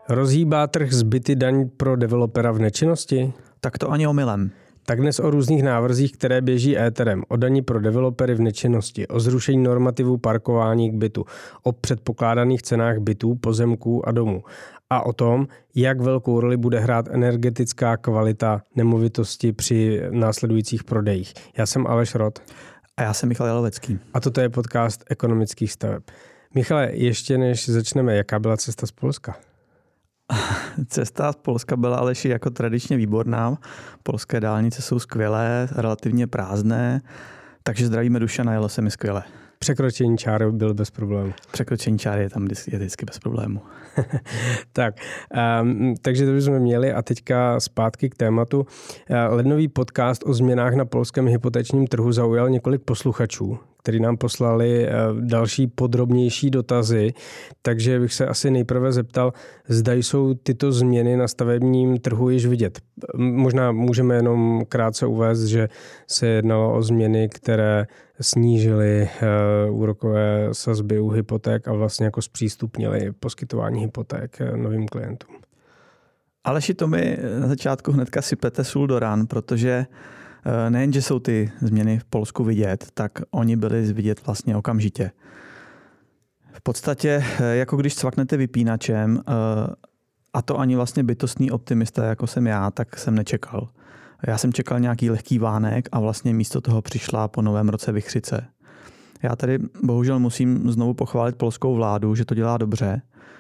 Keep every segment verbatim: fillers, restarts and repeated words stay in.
Rozhýbá trh s byty daň pro developera v nečinnosti? Tak to ani omylem. Tak dnes o různých návrzích, které běží éterem, o dani pro developery v nečinnosti, o zrušení normativů parkování k bytu, o předpokládaných cenách bytů, pozemků a domů a o tom, jak velkou roli bude hrát energetická kvalita nemovitosti při následujících prodejích. Já jsem Aleš Rod. A já jsem Michal Jalovecký. A toto je podcast Ekonomických staveb. Michale, ještě než začneme, jaká byla cesta z Polska? Cesta z Polska byla Aleši jako tradičně výborná. Polské dálnice jsou skvělé, relativně prázdné, takže zdravíme Dušana, jelo se mi skvěle. Překročení čáry byl bez problému. Překročení čáry je tam je vždycky bez problému. tak, um, takže to bychom měli a teďka zpátky k tématu. Uh, lednový podcast o změnách na polském hypotečním trhu zaujal několik posluchačů, kteří nám poslali uh, další podrobnější dotazy, takže bych se asi nejprve zeptal, zda jsou tyto změny na stavebním trhu již vidět. Možná můžeme jenom krátce uvést, že se jednalo o změny, které snížily uh, úrokové sazby u hypoték a vlastně jako zpřístupnily poskytování hypoték novým klientům. Aleši, to mi na začátku hnedka sypete sůl do rán, protože nejen, že jsou ty změny v Polsku vidět, tak oni byli vidět vlastně okamžitě. V podstatě, jako když cvaknete vypínačem, a to ani vlastně bytostný optimista, jako jsem já, tak jsem nečekal. Já jsem čekal nějaký lehký vánek a vlastně místo toho přišla po novém roce vichřice. Já tady bohužel musím znovu pochválit polskou vládu, že to dělá dobře.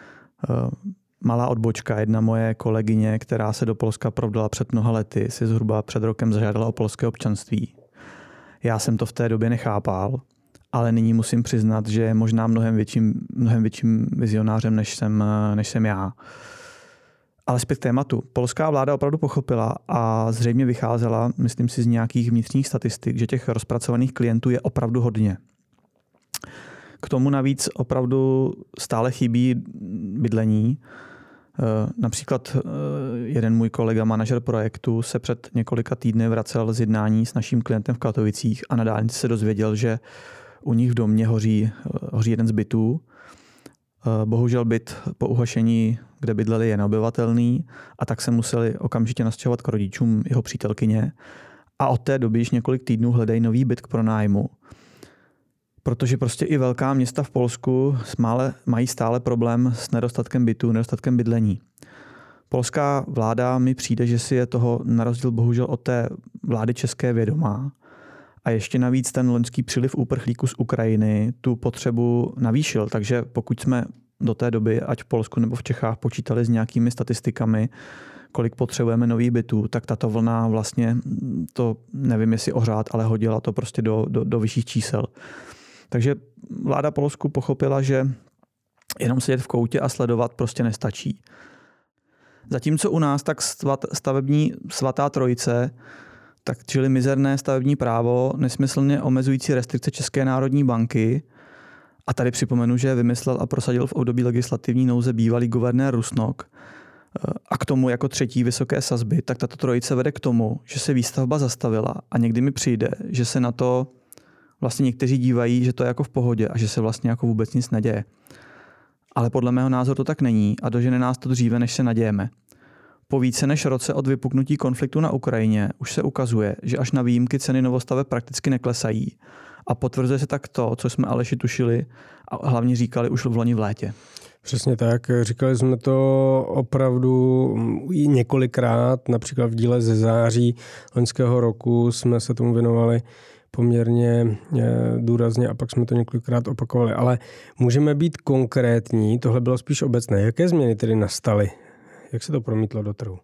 Malá odbočka, jedna moje kolegyně, která se do Polska provdala před mnoha lety, si zhruba před rokem zažádala o polské občanství. Já jsem to v té době nechápal, ale nyní musím přiznat, že je možná mnohem větším, mnohem větším vizionářem, než jsem, než jsem já. Ale zpět k tématu. Polská vláda opravdu pochopila a zřejmě vycházela, myslím si, z nějakých vnitřních statistik, že těch rozpracovaných klientů je opravdu hodně. K tomu navíc opravdu stále chybí bydlení. Například jeden můj kolega, manažer projektu, se před několika týdny vracel z jednání s naším klientem v Katovicích a na dálnici se dozvěděl, že u nich v domě hoří, hoří jeden z bytů. Bohužel byt po uhašení, kde bydleli, je neobyvatelný a tak se museli okamžitě nastěhovat k rodičům jeho přítelkyně a od té doby již několik týdnů hledají nový byt k pronájmu. Protože prostě i velká města v Polsku smále, mají stále problém s nedostatkem bytů, nedostatkem bydlení. Polská vláda mi přijde, že si je toho na rozdíl bohužel od té vlády české vědomá. A ještě navíc ten loňský příliv uprchlíků z Ukrajiny tu potřebu navýšil. Takže pokud jsme do té doby, ať v Polsku nebo v Čechách, počítali s nějakými statistikami, kolik potřebujeme nových bytů, tak tato vlna vlastně to, nevím jestli ohřát, ale hodila to prostě do, do, do vyšších čísel. Takže vláda Polsku pochopila, že jenom sedět v koutě a sledovat prostě nestačí. Zatímco u nás tak stavební svatá trojice, tak čili mizerné stavební právo, nesmyslně omezující restrikce České národní banky, a tady připomenu, že vymyslel a prosadil v období legislativní nouze bývalý guvernér Rusnok, a k tomu jako třetí vysoké sazby, tak tato trojice vede k tomu, že se výstavba zastavila a někdy mi přijde, že se na to vlastně někteří dívají, že to je jako v pohodě a že se vlastně jako vůbec nic neděje. Ale podle mého názoru to tak není a dožene nás to dříve, než se nadějeme. Po více než roce od vypuknutí konfliktu na Ukrajině už se ukazuje, že až na výjimky ceny novostaveb prakticky neklesají a potvrzuje se tak to, co jsme Aleši tušili a hlavně říkali už v loni v létě. Přesně tak. Říkali jsme to opravdu několikrát, například v díle ze září loňského roku jsme se tomu věnovali poměrně důrazně a pak jsme to několikrát opakovali. Ale můžeme být konkrétní, tohle bylo spíš obecné. Jaké změny tedy nastaly? Jak se to promítlo do trhu?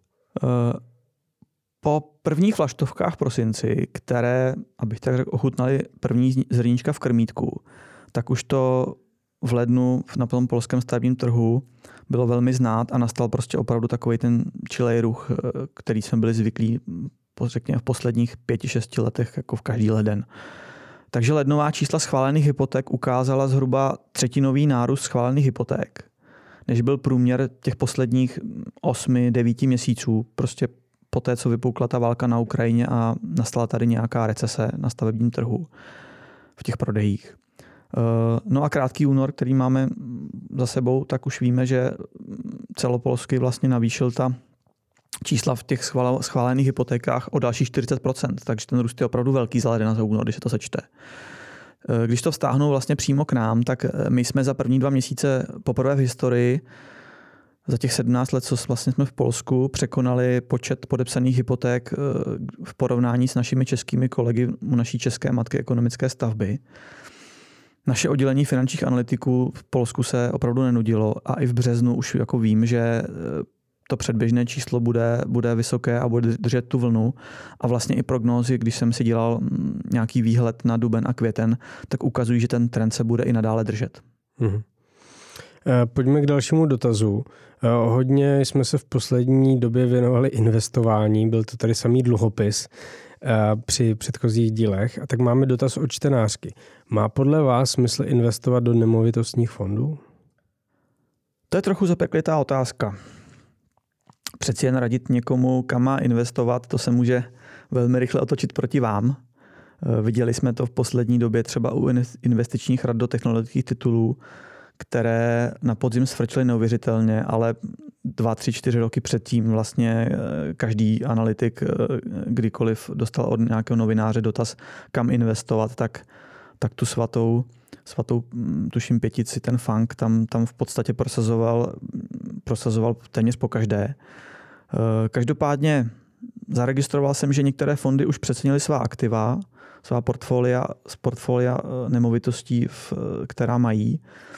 Po prvních vlaštovkách v prosinci, které, abych tak řekl, ochutnali první zrníčka v krmítku, tak už to v lednu na tom polském stavebním trhu bylo velmi znát a nastal prostě opravdu takový ten čilej ruch, který jsme byli zvyklí řekněme v posledních pěti, šesti letech jako v každý leden. Takže lednová čísla schválených hypoték ukázala zhruba třetinový nárůst schválených hypoték, než byl průměr těch posledních osmi, devíti měsíců. Prostě po té, co vypukla ta válka na Ukrajině a nastala tady nějaká recese na stavebním trhu v těch prodejích. No a krátký únor, který máme za sebou, tak už víme, že celopolsky vlastně navýšil ta čísla v těch schválených hypotékách o další čtyřicet procent, takže ten růst je opravdu velký za leden za únor, když se to sečte. Když to vztáhnou vlastně přímo k nám, tak my jsme za první dva měsíce poprvé v historii za těch sedmnáct let, co vlastně jsme v Polsku, překonali počet podepsaných hypoték v porovnání s našimi českými kolegy u naší české matky ekonomické stavby. Naše oddělení finančních analytiků v Polsku se opravdu nenudilo a i v březnu už jako vím, že to předběžné číslo bude, bude vysoké a bude držet tu vlnu. A vlastně i prognózy, když jsem si dělal nějaký výhled na duben a květen, tak ukazují, že ten trend se bude i nadále držet. Mhm. Pojďme k dalšímu dotazu. Hodně jsme se v poslední době věnovali investování, byl to tady samý dluhopis při předchozích dílech. A tak máme dotaz od čtenářky. Má podle vás smysl investovat do nemovitostních fondů? To je trochu zapeklitá otázka. Přeci jen radit někomu, kam má investovat, to se může velmi rychle otočit proti vám. Viděli jsme to v poslední době třeba u investičních rad do technologických titulů, které na podzim sfrčily neuvěřitelně, ale dva, tři, čtyři roky předtím vlastně každý analytik, kdykoliv dostal od nějakého novináře dotaz, kam investovat, tak, tak tu svatou, svatou tuším pětici, ten funk tam, tam v podstatě prosazoval, prosazoval téměř po každé. Každopádně zaregistroval jsem, že některé fondy už přecenily svá aktiva, svá portfolia, z portfolia nemovitostí, která mají.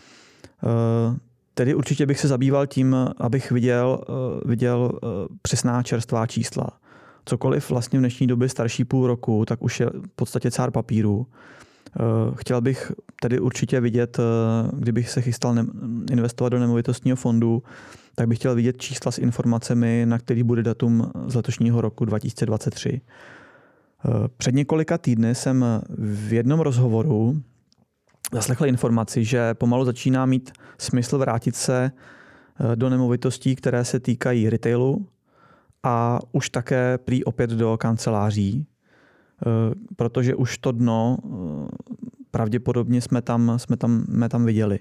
Tedy určitě bych se zabýval tím, abych viděl, viděl přesná čerstvá čísla. Cokoliv vlastně v dnešní době starší půl roku, tak už je v podstatě cár papíru. Chtěl bych tedy určitě vidět, kdybych se chystal investovat do nemovitostního fondu, tak bych chtěl vidět čísla s informacemi, na který bude datum z letošního roku dva tisíce dvacet tři. Před několika týdny jsem v jednom rozhovoru zaslechl informaci, že pomalu začíná mít smysl vrátit se do nemovitostí, které se týkají retailu a už také prý opět do kanceláří, protože už to dno pravděpodobně jsme tam, jsme tam, jsme tam viděli.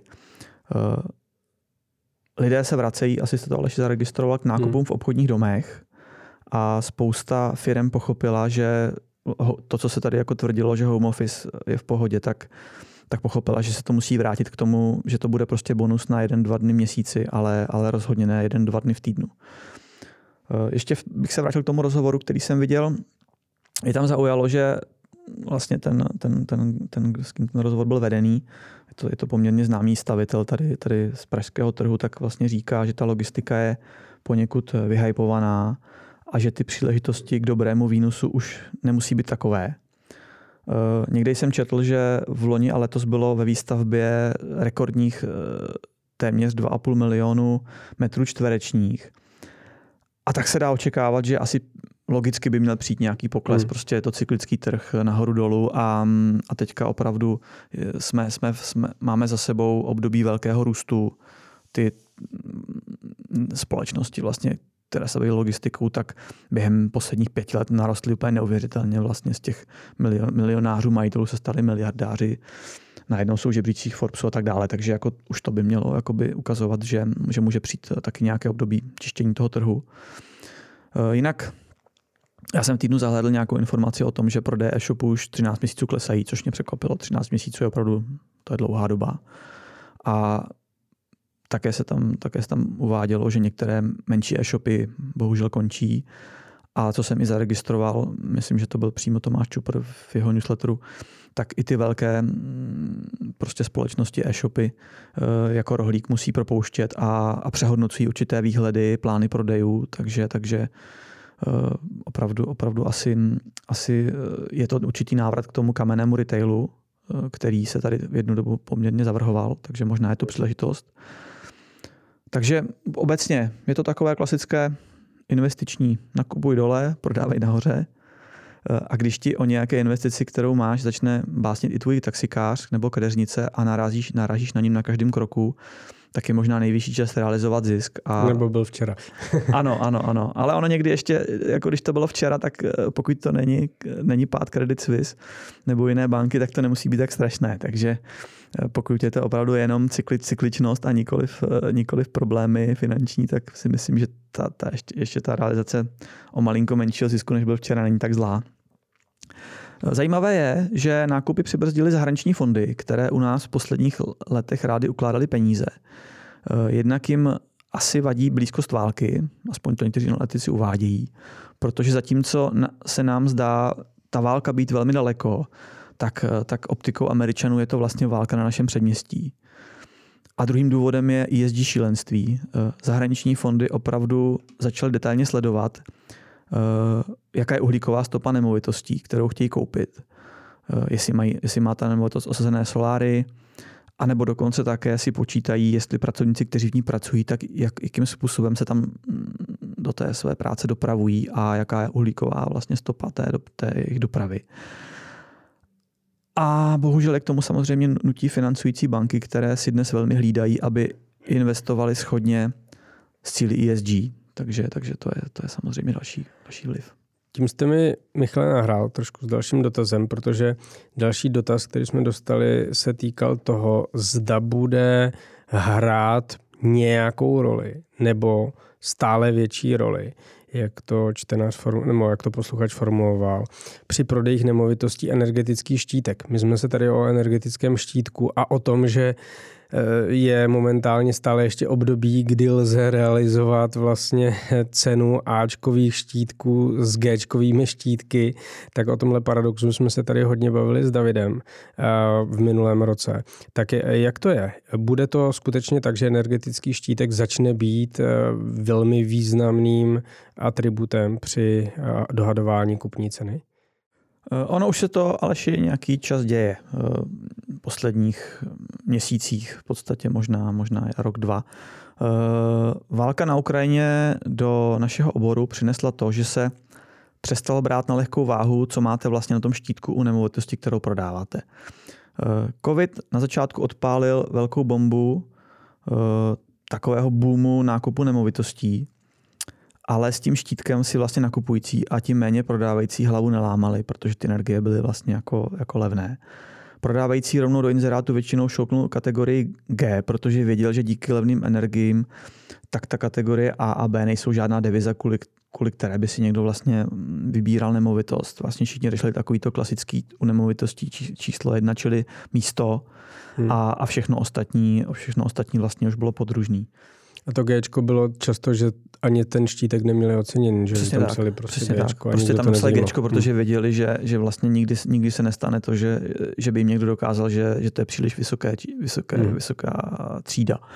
Lidé se vracejí, asi jste to Aleši zaregistroval, k nákupům hmm. v obchodních domech a spousta firem pochopila, že to, co se tady jako tvrdilo, že home office je v pohodě, tak tak pochopila, že se to musí vrátit k tomu, že to bude prostě bonus na jeden, dva dny v měsíci, ale, ale rozhodně ne jeden, dva dny v týdnu. Ještě bych se vrátil k tomu rozhovoru, který jsem viděl. Je tam zaujalo, že vlastně ten, ten, ten, ten, s kým ten rozhovor byl vedený, je to, je to poměrně známý stavitel tady, tady z pražského trhu, tak vlastně říká, že ta logistika je poněkud vyhypovaná a že ty příležitosti k dobrému výnosu už nemusí být takové. Uh, někdy jsem četl, že v loni a letos bylo ve výstavbě rekordních uh, téměř dva a půl milionu metrů čtverečních. A tak se dá očekávat, že asi logicky by měl přijít nějaký pokles. Hmm. Prostě je to cyklický trh nahoru dolů a, a teďka opravdu jsme, jsme, jsme, máme za sebou období velkého růstu. Ty společnosti vlastně, které se baví logistikou, tak během posledních pěti let narostly úplně neuvěřitelně. Vlastně z těch milion, milionářů majitelů se stali miliardáři. Najednou jsou žebříčích Forbesu a tak dále. Takže jako už to by mělo jakoby ukazovat, že, že může přijít taky nějaké období čištění toho trhu. Jinak já jsem v týdnu zahlédl nějakou informaci o tom, že prodeje e-shopu už třináct měsíců klesají, což mě překvapilo. třináct měsíců je opravdu, to je dlouhá doba. A Také se, tam, také se tam uvádělo, že některé menší e-shopy bohužel končí. A co jsem i zaregistroval, myslím, že to byl přímo Tomáš Čupr v jeho newsletteru, tak i ty velké prostě společnosti e-shopy jako rohlík musí propouštět a, a přehodnocují určité výhledy, plány prodejů, takže, takže opravdu, opravdu asi, asi je to určitý návrat k tomu kamennému retailu, který se tady v jednu dobu poměrně zavrhoval, takže možná je to příležitost. Takže obecně je to takové klasické investiční nakupuj dole, prodávej nahoře a když ti o nějaké investici, kterou máš, začne básnit i tvůj taxikář nebo kadeřnice a narazíš, narazíš na ním na každém kroku, tak je možná nejvyšší čas realizovat zisk. A... Nebo byl včera. Ano, ano, ano. Ale ono někdy ještě, jako když to bylo včera, tak pokud to není, není pád Credit Suisse nebo jiné banky, tak to nemusí být tak strašné. Takže pokud je to opravdu jenom cykli, cykličnost a nikoliv, nikoliv problémy finanční, tak si myslím, že ta, ta ještě, ještě ta realizace o malinko menšího zisku, než byl včera, není tak zlá. Zajímavé je, že nákupy přibrzdily zahraniční fondy, které u nás v posledních letech rády ukládaly peníze. Jednak jim asi vadí blízkost války, aspoň to někteří analytici uvádějí, protože zatímco se nám zdá ta válka být velmi daleko, tak, tak optikou Američanů je to vlastně válka na našem předměstí. A druhým důvodem je E S G šílenství. Zahraniční fondy opravdu začaly detailně sledovat, jaká je uhlíková stopa nemovitostí, kterou chtějí koupit. Jestli, mají, jestli má ta nemovitost osazené soláry, anebo dokonce také si počítají, jestli pracovníci, kteří v ní pracují, tak jak, jakým způsobem se tam do té své práce dopravují a jaká je uhlíková vlastně stopa té, té jejich dopravy. A bohužel k tomu samozřejmě nutí financující banky, které si dnes velmi hlídají, aby investovali shodně s cíli E S G. Takže, takže to, je, to je samozřejmě další, další vliv. Tím jste mi, Michale, nahrál trošku s dalším dotazem, protože další dotaz, který jsme dostali, se týkal toho, zda bude hrát nějakou roli nebo stále větší roli, jak to čtenář form, nebo jak to posluchač formuloval, při prodejích nemovitostí energetický štítek. My jsme se tady o energetickém štítku a o tom, že je momentálně stále ještě období, kdy lze realizovat vlastně cenu áčkových štítků s géčkovými štítky, tak o tomhle paradoxu jsme se tady hodně bavili s Davidem v minulém roce. Tak jak to je? Bude to skutečně tak, že energetický štítek začne být velmi významným atributem při dohadování kupní ceny? Ono už se to, Aleši, nějaký čas děje. V posledních měsících, v podstatě možná, možná rok, dva. Válka na Ukrajině do našeho oboru přinesla to, že se přestalo brát na lehkou váhu, co máte vlastně na tom štítku u nemovitosti, kterou prodáváte. Covid na začátku odpálil velkou bombu takového boomu nákupu nemovitostí, ale s tím štítkem si vlastně nakupující a tím méně prodávající hlavu nelámali, protože ty energie byly vlastně jako, jako levné. Prodávající rovnou do inzerátu většinou šoupnul kategorii G, protože věděl, že díky levným energiím tak ta kategorie A a B nejsou žádná deviza, kvůli, kvůli které by si někdo vlastně vybíral nemovitost. Vlastně všichni řešili takovýto klasický u nemovitostí číslo jedna, čili místo hmm. a, a všechno ostatní, všechno ostatní vlastně už bylo podružný. A to Géčko bylo často, že ani ten štítek neměli oceněný, že přesně tam tak, psali prostě Géčko. Prostě tam psali Géčko, protože hmm. věděli, že, že vlastně nikdy, nikdy se nestane to, že, že by jim někdo dokázal, že, že to je příliš vysoké, vysoké, hmm. vysoká třída. Uh,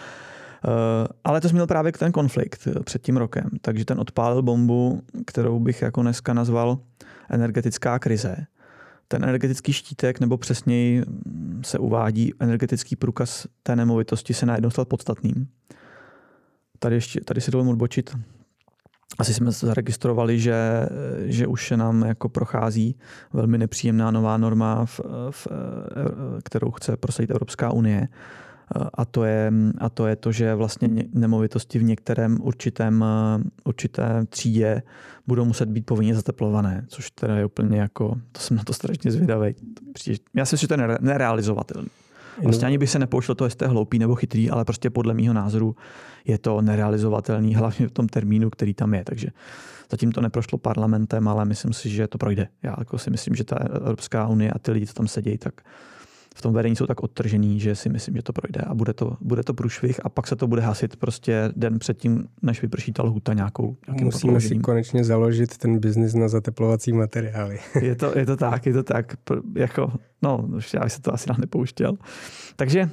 ale to měl právě ten konflikt před tím rokem. Takže ten odpálil bombu, kterou bych jako dneska nazval energetická krize. Ten energetický štítek, nebo přesněji se uvádí, energetický průkaz té nemovitosti se najednou stal podstatným. Tady, ještě, tady si dovolím odbočit. Asi jsme zaregistrovali, že, že už se nám jako prochází velmi nepříjemná nová norma, v, v, kterou chce prosadit Evropská unie. A to, je, a to je to, že vlastně nemovitosti v některém určitém, určité třídě budou muset být povinně zateplované, což teda je úplně jako, to jsem na to strašně zvědavý. Já si myslím, že to je nerealizovatelné. Vlastně ani bych se nepouštěl to, jestli je hloupý nebo chytrý, ale prostě podle mýho názoru je to nerealizovatelný, hlavně v tom termínu, který tam je. Takže zatím to neprošlo parlamentem, ale myslím si, že to projde. Já jako si myslím, že ta Evropská unie a ty lidi, co tam sedějí, tak v tom vedení jsou tak odtržený, že si myslím, že to projde a bude to, bude to průšvih a pak se to bude hasit prostě den předtím, než vyprší ta lhůta nějakou. Musíme si konečně založit ten biznis na zateplovací materiály. Je to, je to tak, je to tak. Jako, no, už já se to asi nám nepouštěl. Takže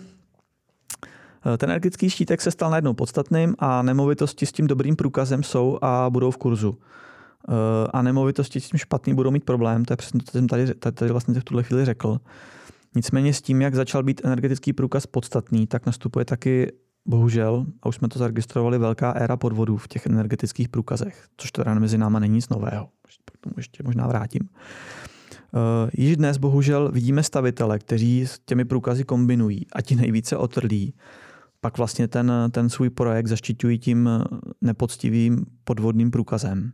ten energetický štítek se stal najednou podstatným a nemovitosti s tím dobrým průkazem jsou a budou v kurzu. A nemovitosti s tím špatným budou mít problém, to je přesně to, co jsem tady, tady vlastně v tuhle chvíli řekl. Nicméně s tím, jak začal být energetický průkaz podstatný, tak nastupuje taky, bohužel, a už jsme to zaregistrovali, velká éra podvodů v těch energetických průkazech, což teda mezi náma není nic nového. K tomu ještě možná vrátím. Uh, již dnes bohužel vidíme stavitele, kteří s těmi průkazy kombinují a ti nejvíce otrlí. Pak vlastně ten, ten svůj projekt zaštiťují tím nepoctivým podvodným průkazem.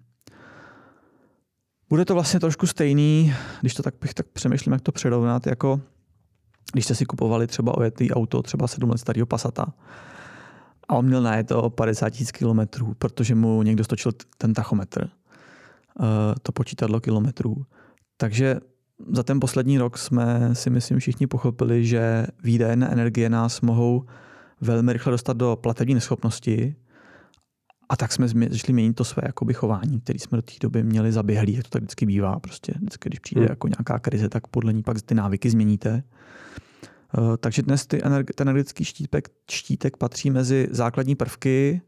Bude to vlastně trošku stejný, když to tak bych tak přemýšlím, jak to přirovnat, jako když jste si kupovali třeba ojetý auto, třeba sedm let starého Passata, a on měl najet to padesát tisíc kilometrů, protože mu někdo stočil ten tachometr, to počítadlo kilometrů. Takže za ten poslední rok jsme si myslím všichni pochopili, že výdaje na energie nás mohou velmi rychle dostat do platební neschopnosti, a tak jsme začali měnit to své jakoby chování, které jsme do té doby měli zaběhlý, jak to tak vždycky bývá. Prostě vždycky, když přijde hmm. jako nějaká krize, tak podle ní pak ty návyky změníte. Uh, takže dnes ty energi- ten energetický štítek, štítek patří mezi základní prvky.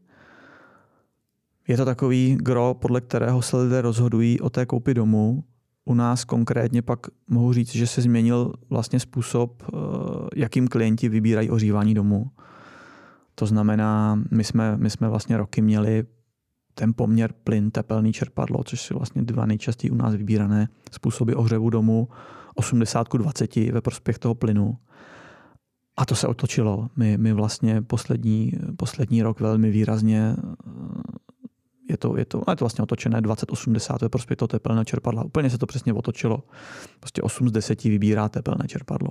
Je to takový gro, podle kterého se lidé rozhodují o té koupi domu. U nás konkrétně pak mohu říct, že se změnil vlastně způsob, uh, jakým klienti vybírají ohřívání domu. To znamená, my jsme, my jsme vlastně roky měli ten poměr plyn, tepelný, čerpadlo, což jsou vlastně dva nejčastěji u nás vybírané způsoby ohřevu domu, osmdesát ku dvaceti ve prospěch toho plynu. A to se otočilo. My, my vlastně poslední, poslední rok velmi výrazně je to, je to, je to vlastně otočené dvacet osmdesát ve prospěch toho tepelného čerpadla. Úplně se to přesně otočilo. Prostě osm z deseti vybírá tepelné čerpadlo.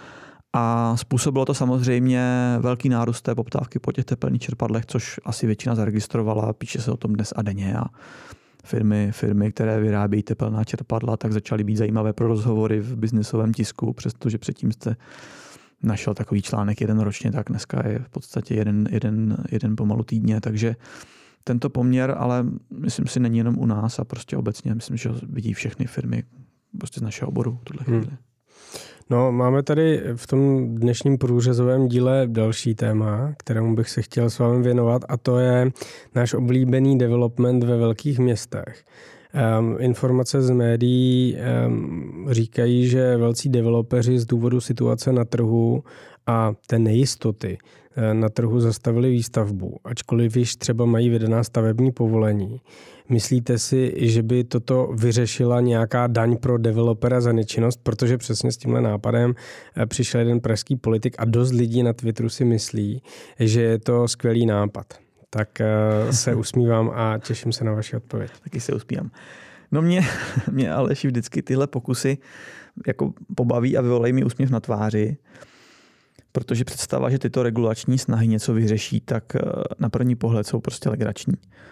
A způsobilo to samozřejmě velký nárůst té poptávky po těch tepelných čerpadlech, což asi většina zaregistrovala, píše se o tom dnes a denně. A firmy, firmy, které vyrábějí tepelná čerpadla, tak začaly být zajímavé pro rozhovory v biznisovém tisku, přestože předtím jste našel takový článek jeden ročně, tak dneska je v podstatě jeden, jeden, jeden pomalu týdně. Takže tento poměr, ale myslím si, není jenom u nás a prostě obecně, myslím, že vidí všechny firmy prostě z našeho oboru v tuhle chvíli. Hmm. No, máme tady v tom dnešním průřezovém díle další téma, kterému bych se chtěl s vámi věnovat, a to je náš oblíbený development ve velkých městech. Um, informace z médií um, říkají, že velcí developeři z důvodu situace na trhu a té nejistoty na trhu zastavili výstavbu, ačkoliv již třeba mají vydaná stavební povolení. Myslíte si, že by toto vyřešila nějaká daň pro developera za nečinnost? Protože přesně s tímhle nápadem přišel jeden pražský politik a dost lidí na Twitteru si myslí, že je to skvělý nápad. Tak se usmívám a těším se na vaši odpověď. Taky se usmívám. No mě, mě Aleši vždycky tyhle pokusy jako pobaví a vyvolají mi úsměv na tváři, protože představa, že tyto regulační snahy něco vyřeší, tak na první pohled jsou prostě legrační.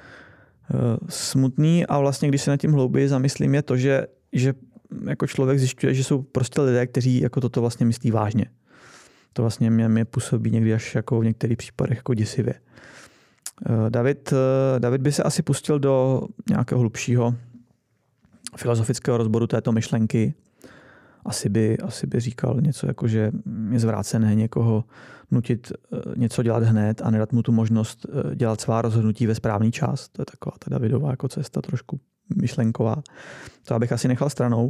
Smutný a vlastně, když se nad tím hlouběji zamyslím, je to, že, že jako člověk zjišťuje, že jsou prostě lidé, kteří jako toto vlastně myslí vážně. To vlastně mě, mě působí někdy až jako v některých případech jako děsivě. David, David by se asi pustil do nějakého hlubšího filozofického rozboru této myšlenky. Asi by, asi by říkal něco jako, že je zvrácené někoho nutit něco dělat hned a nedat mu tu možnost dělat svá rozhodnutí ve správný čas. To je taková ta Davidová jako cesta trošku myšlenková. To bych asi nechal stranou.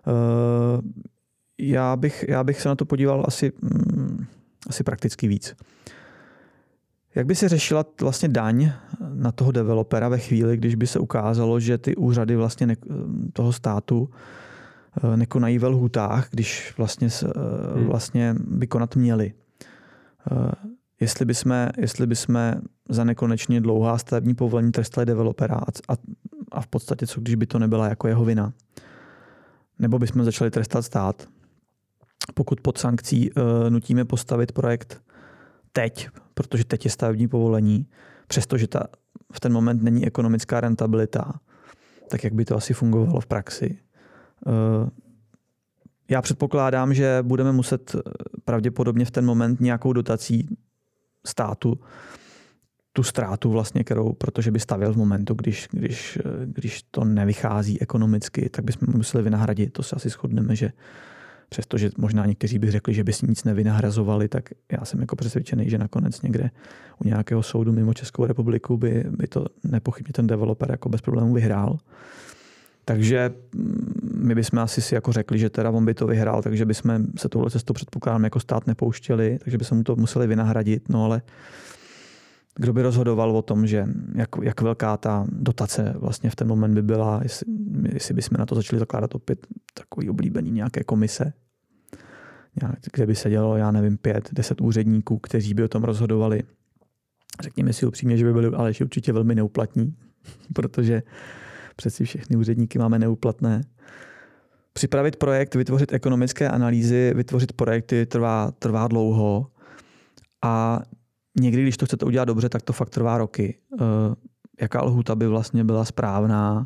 Já bych, já bych se na to podíval asi, asi prakticky víc. Jak by se řešila vlastně daň na toho developera ve chvíli, když by se ukázalo, že ty úřady vlastně ne, toho státu nekonají ve lhůtách, když vlastně, vlastně by konat měli. Jestli bychom, jestli bychom za nekonečně dlouhá stavební povolení trestali developera a, a v podstatě co když by to nebyla jako jeho vina. Nebo bychom začali trestat stát, pokud pod sankcí uh, nutíme postavit projekt teď, protože teď je stavební povolení, přestože ta, v ten moment není ekonomická rentabilita, tak jak by to asi fungovalo v praxi. Uh, já předpokládám, že budeme muset pravděpodobně v ten moment nějakou dotací státu tu ztrátu vlastně, kterou, protože by stavěl v momentu, když, když, když to nevychází ekonomicky, tak bychom museli vynahradit. To se asi shodneme, že přestože možná někteří by řekli, že by si nic nevynahrazovali, tak já jsem jako přesvědčený, že nakonec někde u nějakého soudu mimo Českou republiku by, by to nepochybně ten developer jako bez problémů vyhrál. Takže my bychom asi si jako řekli, že teda on by to vyhrál, takže bychom se touhle cestou předpokládám jako stát nepouštěli, takže bychom mu to museli vynahradit, no ale kdo by rozhodoval o tom, že jak, jak velká ta dotace vlastně v ten moment by byla, jestli, jestli bychom na to začali zakládat opět takový oblíbený nějaké komise, kde by sedělo, já nevím, pět, deset úředníků, kteří by o tom rozhodovali. Řekněme si upřímně, že by byli ale určitě velmi neuplatní, protože přeci všechny úředníky máme neúplatné. připravit projekt, vytvořit ekonomické analýzy, vytvořit projekty trvá, trvá dlouho a někdy, když to chcete udělat dobře, tak to fakt trvá roky. Jaká lhůta by vlastně byla správná,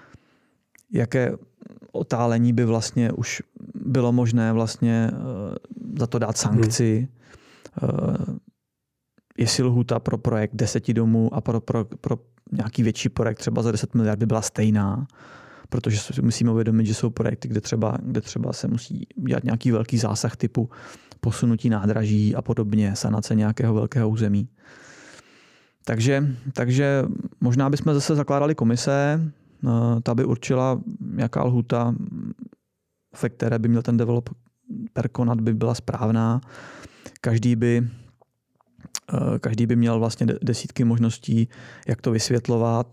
jaké otálení by vlastně už bylo možné vlastně za to dát sankci, hmm. jestli lhůta pro projekt deseti domů a pro, pro, pro nějaký větší projekt třeba za deset miliard by byla stejná, protože si musíme uvědomit, že jsou projekty, kde třeba, kde třeba se musí dělat nějaký velký zásah typu posunutí nádraží a podobně, sanace nějakého velkého území. Takže, takže možná bychom zase zakládali komise, ta by určila, jaká lhůta, ve které by měl ten developer konat, by byla správná. Každý by, každý by měl vlastně desítky možností, jak to vysvětlovat.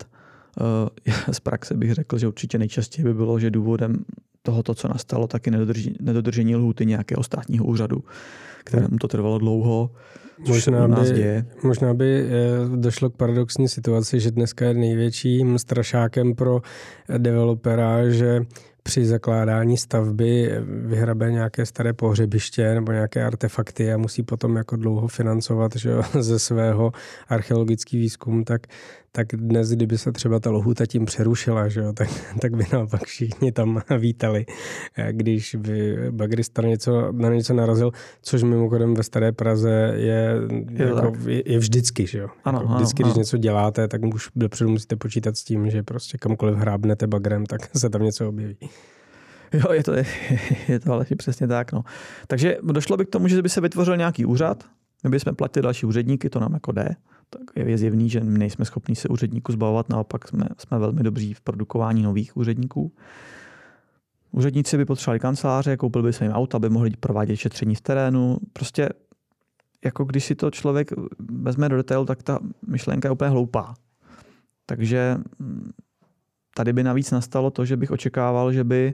Z praxe bych řekl, že určitě nejčastěji by bylo, že důvodem tohoto, co nastalo, taky nedodržení, nedodržení lhůty nějakého státního úřadu, kterému to trvalo dlouho. Možná by, možná by došlo k paradoxní situaci, že dneska je největším strašákem pro developera, že při zakládání stavby vyhrabe nějaké staré pohřebiště nebo nějaké artefakty a musí potom jako dlouho financovat, že jo, ze svého archeologický výzkum, tak, tak dnes, kdyby se třeba ta lhůta tím přerušila, že jo, tak, tak by naopak všichni tam vítali, když by bagrista na něco, na něco narazil, což mimochodem ve Staré Praze je, je, jako, je, je vždycky, že jo. Ano, jako vždycky, ano, když ano. něco děláte, tak už dopředu musíte počítat s tím, že prostě kamkoliv hrábnete bagrem, tak se tam něco objeví. Jo, je to, je, je to ale přesně tak. No. Takže došlo by k tomu, že by se vytvořil nějaký úřad, my bychom platili další úředníky, to nám jako jde. Tak je zjevný, že nejsme schopni se úředníků zbavovat, naopak jsme, jsme velmi dobří v produkování nových úředníků. Úředníci by potřebovali kanceláře, koupili by se jim auta, aby mohli provádět šetření v terénu. Prostě jako když si to člověk vezme do detailu, tak ta myšlenka je úplně hloupá. Takže tady by navíc nastalo to, že bych očekával, že by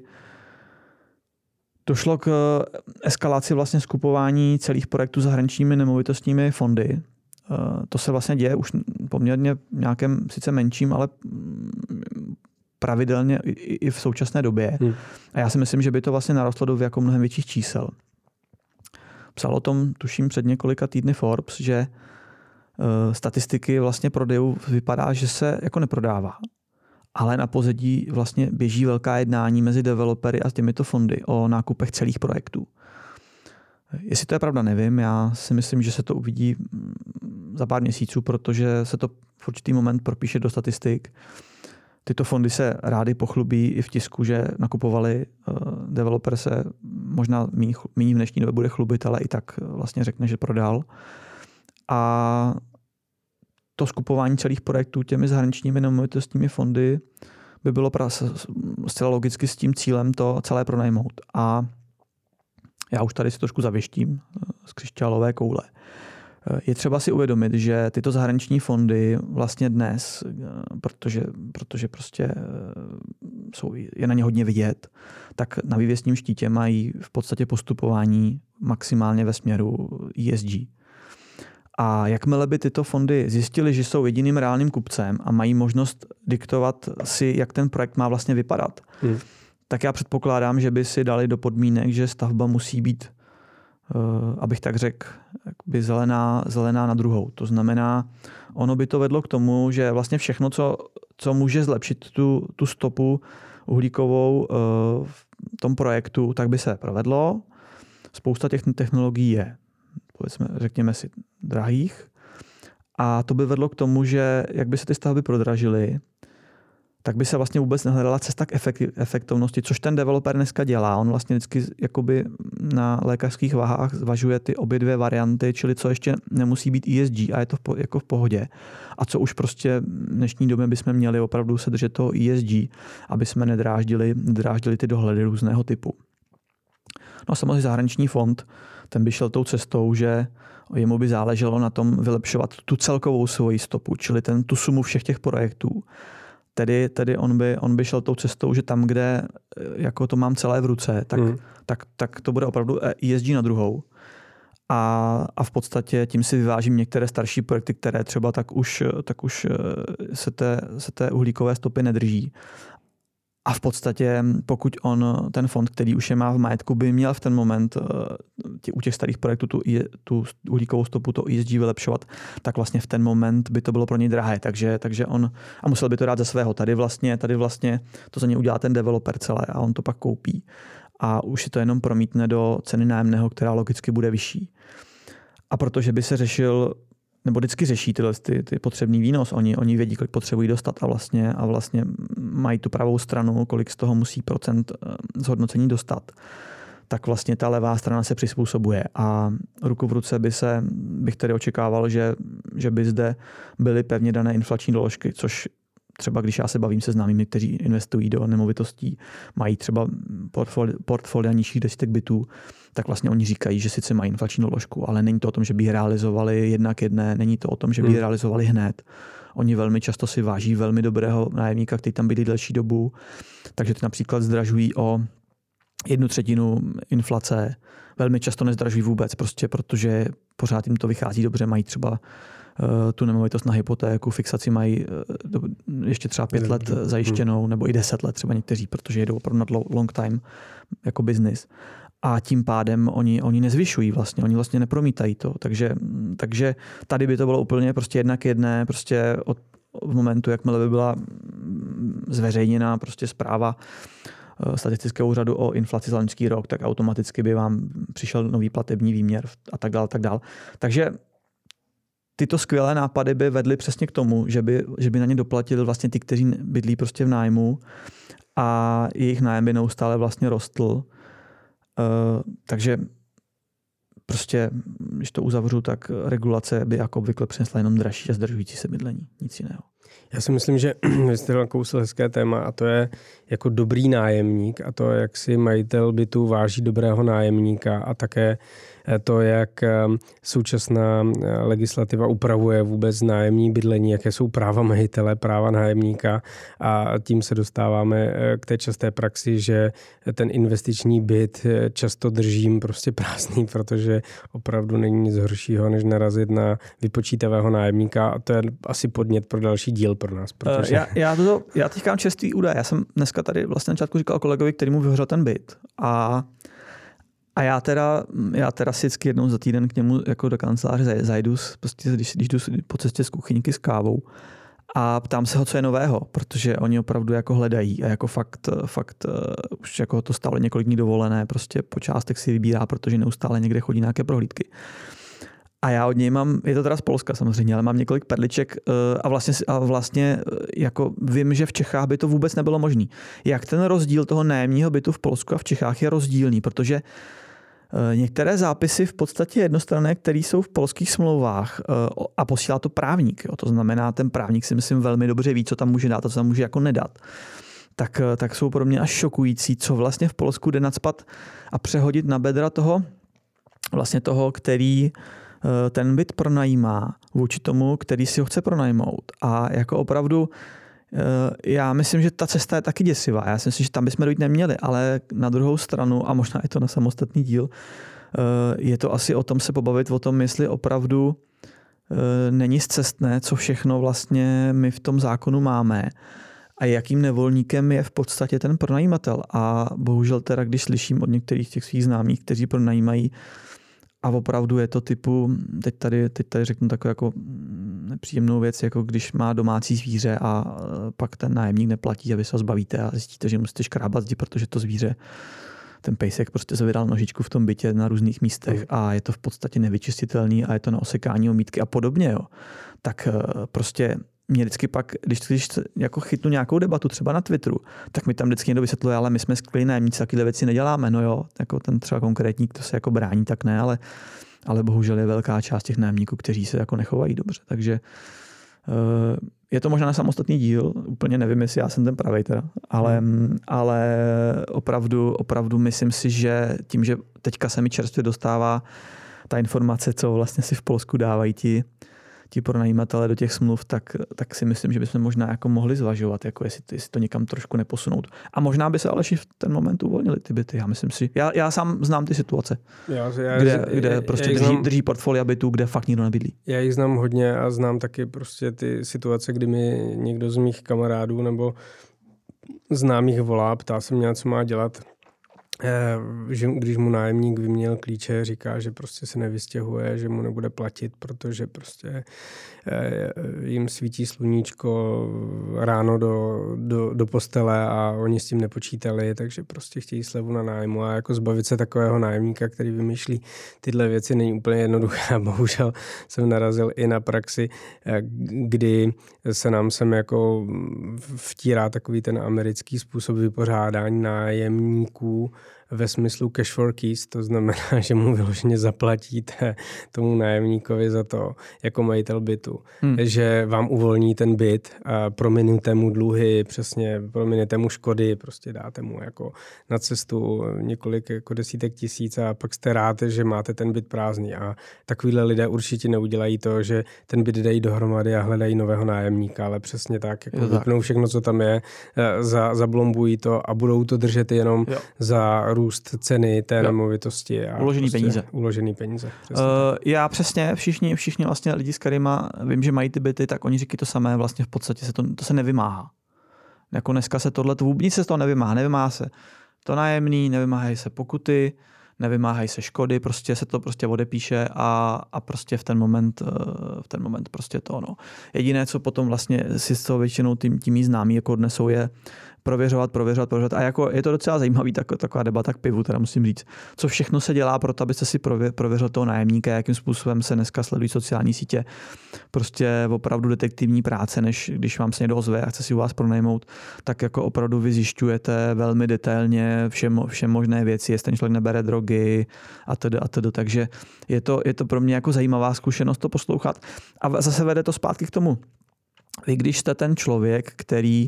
došlo k eskalaci vlastně skupování celých projektů zahraničními nemovitostními fondy. To se vlastně děje už poměrně nějakém sice menším, ale pravidelně i v současné době. Hmm. A já si myslím, že by to vlastně narostlo do jako mnohem větších čísel. Psal o tom, tuším, před několika týdny Forbes, že statistiky vlastně prodejů vypadá, že se jako neprodává. Ale na pozadí vlastně běží velká jednání mezi developery a těmito fondy o nákupech celých projektů. Jestli to je pravda, nevím. Já si myslím, že se to uvidí za pár měsíců, protože se to v určitý moment propíše do statistik. Tyto fondy se rády pochlubí i v tisku, že nakupovali. Developer se možná méně v dnešní době bude chlubit, ale i tak vlastně řekne, že prodal. A to skupování celých projektů těmi zahraničními nemovitostními fondy by bylo zcela logicky s tím cílem to celé pronajmout. A já už tady si trošku zavěštím z křišťálové koule. Je třeba si uvědomit, že tyto zahraniční fondy vlastně dnes, protože, protože prostě jsou, je na ně hodně vidět, tak na vývěsním štítě mají v podstatě postupování maximálně ve směru E S G. A jakmile by tyto fondy zjistili, že jsou jediným reálným kupcem a mají možnost diktovat si, jak ten projekt má vlastně vypadat, hmm. tak já předpokládám, že by si dali do podmínek, že stavba musí být, uh, abych tak řekl, jakby zelená, zelená na druhou. To znamená, ono by to vedlo k tomu, že vlastně všechno, co, co může zlepšit tu, tu stopu uhlíkovou uh, v tom projektu, tak by se provedlo. Spousta těch technologií je, povedzme, řekněme si, drahých. A to by vedlo k tomu, že jak by se ty stavby prodražily, tak by se vlastně vůbec nehledala cesta k efektivnosti, což ten developer dneska dělá. On vlastně vždycky jakoby na lékařských váhách zvažuje ty obě dvě varianty, čili co ještě nemusí být E S G a je to v, jako v pohodě. A co už prostě v dnešní době bychom měli opravdu se držet toho E S G, aby jsme nedráždili, nedráždili ty dohledy různého typu. No a samozřejmě zahraniční fond, ten by šel tou cestou, že jemu by záleželo na tom vylepšovat tu celkovou svoji stopu, čili ten, tu sumu všech těch projektů. Tedy, tedy on, by, on by šel tou cestou, že tam, kde jako to mám celé v ruce, tak, mm. tak, tak to bude opravdu E S G na druhou. A, a v podstatě tím si vyvážím některé starší projekty, které třeba tak už, tak už se, té, se té uhlíkové stopy nedrží. A v podstatě, pokud on, ten fond, který už je má v majetku, by měl v ten moment tě, u těch starých projektů tu, tu uhlíkovou stopu, to E S G vylepšovat, tak vlastně v ten moment by to bylo pro něj drahé. Takže, takže on, a musel by to dát ze svého. Tady vlastně, tady vlastně to za něj udělá ten developer celé a on to pak koupí. A už si to jenom promítne do ceny nájemného, která logicky bude vyšší. A protože by se řešil, nebo vždycky řeší tyhle ty, ty potřebný výnos. Oni, oni vědí, kolik potřebují dostat a vlastně, a vlastně mají tu pravou stranu, kolik z toho musí procent zhodnocení dostat. Tak vlastně ta levá strana se přizpůsobuje. A ruku v ruce by se, bych tedy očekával, že, že by zde byly pevně dané inflační doložky, což třeba když já se bavím se známými, kteří investují do nemovitostí, mají třeba portfolio, portfolia nižších desítek bytů, tak vlastně oni říkají, že sice mají inflační doložku, ale není to o tom, že by ji realizovali jednak jedné, není to o tom, že by ji realizovali hned. Oni velmi často si váží velmi dobrého nájemníka, který tam bydlí delší dobu, takže ty například zdražují o jednu třetinu inflace, velmi často nezdražují vůbec, prostě protože pořád jim to vychází dobře, mají třeba tu nemovitost na hypotéku, fixaci mají ještě třeba pět let zajištěnou, nebo i deset let třeba někteří, protože jedou opravdu na long time jako business. A tím pádem oni, oni nezvyšují vlastně, oni vlastně nepromítají to. Takže, takže tady by to bylo úplně prostě jednak jedné, prostě od v momentu, jakmile by byla zveřejněná prostě zpráva statistického úřadu o inflaci za loňský rok, tak automaticky by vám přišel nový platební výměr a tak dále, tak dále. Takže tyto skvělé nápady by vedly přesně k tomu, že by, že by na ně doplatili vlastně ty, kteří bydlí prostě v nájmu a jejich nájem by neustále vlastně rostl. Uh, takže prostě, když to uzavřu, tak regulace by jako obvykle přinesla jenom dražší a zdržující se bydlení, nic jiného. Já si myslím, že vy jste nakousl hezké téma a to je jako dobrý nájemník a to, jak si majitel bytu váží dobrého nájemníka a také to, jak současná legislativa upravuje vůbec nájemní bydlení, jaké jsou práva majitele, práva nájemníka a tím se dostáváme k té časté praxi, že ten investiční byt často držím prostě prázdný, protože opravdu není nic horšího, než narazit na vypočítavého nájemníka a to je asi podnět pro další díl pro nás. Protože... Já, já, to, já teď mám čerstvý údaj. Já jsem dneska tady vlastně na začátku říkal kolegovi, který mu vyhořel ten byt a A já teda, já teda si vždycky jednou za týden k němu jako do kanceláře zajdu, prostě, když, když jdu po cestě z kuchyňky s kávou a ptám se ho, co je nového, protože oni opravdu jako hledají a jako fakt, fakt už jako to stále několik dní dovolené, prostě po částech si vybírá, protože neustále někde chodí nějaké prohlídky. A já od něj mám, je to teda z Polska samozřejmě, ale mám několik perliček a vlastně, a vlastně jako vím, že v Čechách by to vůbec nebylo možné. Jak ten rozdíl toho nájemního bytu v Polsku a v Čechách je rozdílný, protože některé zápisy v podstatě jednostranné, které jsou v polských smlouvách a posílá to právník. Jo. To znamená, ten právník si myslím velmi dobře ví, co tam může dát a co tam může jako nedat. Tak, tak jsou pro mě až šokující, co vlastně v Polsku jde nacpat a přehodit na bedra toho, vlastně toho, který ten byt pronajímá vůči tomu, který si ho chce pronajmout. A jako opravdu já myslím, že ta cesta je taky děsivá. Já si myslím, že tam bychom dojít neměli, ale na druhou stranu, a možná je to na samostatný díl, je to asi o tom se pobavit, o tom, jestli opravdu není zcestné, co všechno vlastně my v tom zákonu máme a jakým nevolníkem je v podstatě ten pronajímatel. A bohužel teda, když slyším od některých těch svých známých, kteří pronajímají, a opravdu je to typu, teď tady, teď tady řeknu takovou jako nepříjemnou věc, jako když má domácí zvíře a pak ten nájemník neplatí a vy se ho zbavíte a zjistíte, že musíte škrábat zdi, protože to zvíře, ten pejsek prostě se vydal nožičku v tom bytě na různých místech a je to v podstatě nevyčistitelný a je to na osekání omítky a podobně. Jo. Tak prostě mě vždycky pak, když, když jako chytnu nějakou debatu třeba na Twitteru, tak mi tam vždycky někdo vysvětluje, ale my jsme skvělí nájemníci, takové věci neděláme. No jo, jako ten třeba konkrétník, to se jako brání, tak ne, ale, ale bohužel je velká část těch nájemníků, kteří se jako nechovají dobře. Takže uh, je to možná samostatný díl, úplně nevím, jestli já jsem ten pravej teda, ale, hmm. ale opravdu, opravdu myslím si, že tím, že teďka se mi čerstvě dostává ta informace, co vlastně si v Polsku dávají ti ti pronajímatele do těch smluv, tak, tak si myslím, že bychom možná jako mohli zvažovat, jako jestli, jestli to někam trošku neposunout. A možná by se Aleši v ten moment uvolnili ty byty. Já myslím si, já, já sám znám ty situace, já, já, kde, kde já, prostě já drží, znám, drží portfolia bytů, kde fakt nikdo nebydlí. Já jich znám hodně a znám taky prostě ty situace, kdy mi někdo z mých kamarádů nebo známých volá, ptá se mě, co má dělat. Že když mu nájemník vyměnil klíče, říká, že prostě se nevystěhuje, že mu nebude platit, protože prostě jim svítí sluníčko ráno do, do, do postele a oni s tím nepočítali, takže prostě chtějí slevu na nájmu a jako zbavit se takového nájemníka, který vymýšlí tyhle věci, není úplně jednoduché. Bohužel jsem narazil i na praxi, kdy se nám sem jako vtírá takový ten americký způsob vypořádání nájemníků ve smyslu cash for keys, to znamená, že mu vyloženě zaplatíte tomu nájemníkovi za to, jako majitel bytu, hmm. že vám uvolní ten byt, prominujete mu dluhy, přesně prominujete mu škody, prostě dáte mu jako na cestu několik jako desítek tisíc a pak jste rád, že máte ten byt prázdný. A takovýhle lidé určitě neudělají to, že ten byt dají dohromady a hledají nového nájemníka, ale přesně tak, jako vypnou všechno, co tam je, za, zablombují to a budou to držet jenom jo. za růst ceny té jo. nemovitosti. A uložený prostě peníze. Uložený peníze. Uh, já přesně, všichni, všichni vlastně lidi, s kterýma vím, že mají ty byty, tak oni říkají to samé, vlastně v podstatě se to, to se nevymáhá. Jako dneska se tohle, nic se z toho nevymáhá, nevymáhá se to nájemný, nevymáhají se pokuty, nevymáhají se škody, prostě se to prostě odepíše a, a prostě v ten moment, v ten moment prostě to ono. Jediné, co potom vlastně si z toho většinou tím, tím známí jako odnesou, je prověřovat, prověřovat, prověřovat. A jako je to docela zajímavý tak, taková debata k pivu, teda musím říct. Co všechno se dělá pro to, abyste si prově, prověřil toho nájemníka, jakým způsobem se dneska sledují sociální sítě. Prostě opravdu detektivní práce, než když vám se někdo ozve a chce si u vás pronajmout, tak jako opravdu vy zjišťujete velmi detailně vše, vše možné věci, jestli ten člověk nebere drogy a tedy a tedy. Takže je to, je to pro mě jako zajímavá zkušenost to poslouchat. A zase vede to zpátky k tomu. Vy když jste ten člověk, který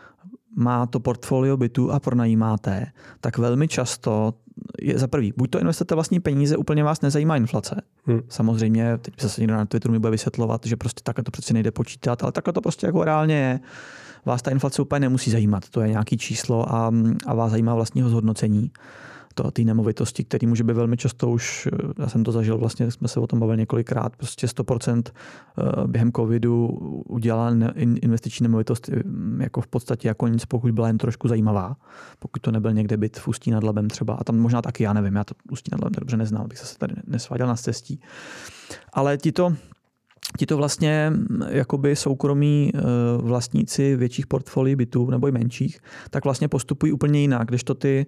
má to portfolio bytů a pronajímáte, tak velmi často je za prvý, buď to investujete vlastní peníze, úplně vás nezajímá inflace. Hmm. Samozřejmě, teď zase někdo na Twitteru mi bude vysvětlovat, že prostě takhle to přeci nejde počítat, ale takhle to prostě jako reálně je. Vás ta inflace úplně nemusí zajímat, to je nějaký číslo a, a vás zajímá vlastního zhodnocení to té nemovitosti, který může být velmi často už, já jsem to zažil, vlastně jsme se o tom bavili několikrát, prostě sto procent během covidu udělala investiční nemovitost jako v podstatě jako nic, pokud byla jen trošku zajímavá, pokud to nebyl někde byt v Ústí nad Labem třeba, a tam možná taky, já nevím, já to Ústí nad Labem dobře neznal, bych se tady nesváděl na cestí. Ale ti to Ti to vlastně jakoby soukromí vlastníci větších portfolií bytů nebo i menších, tak vlastně postupují úplně jinak, když to ty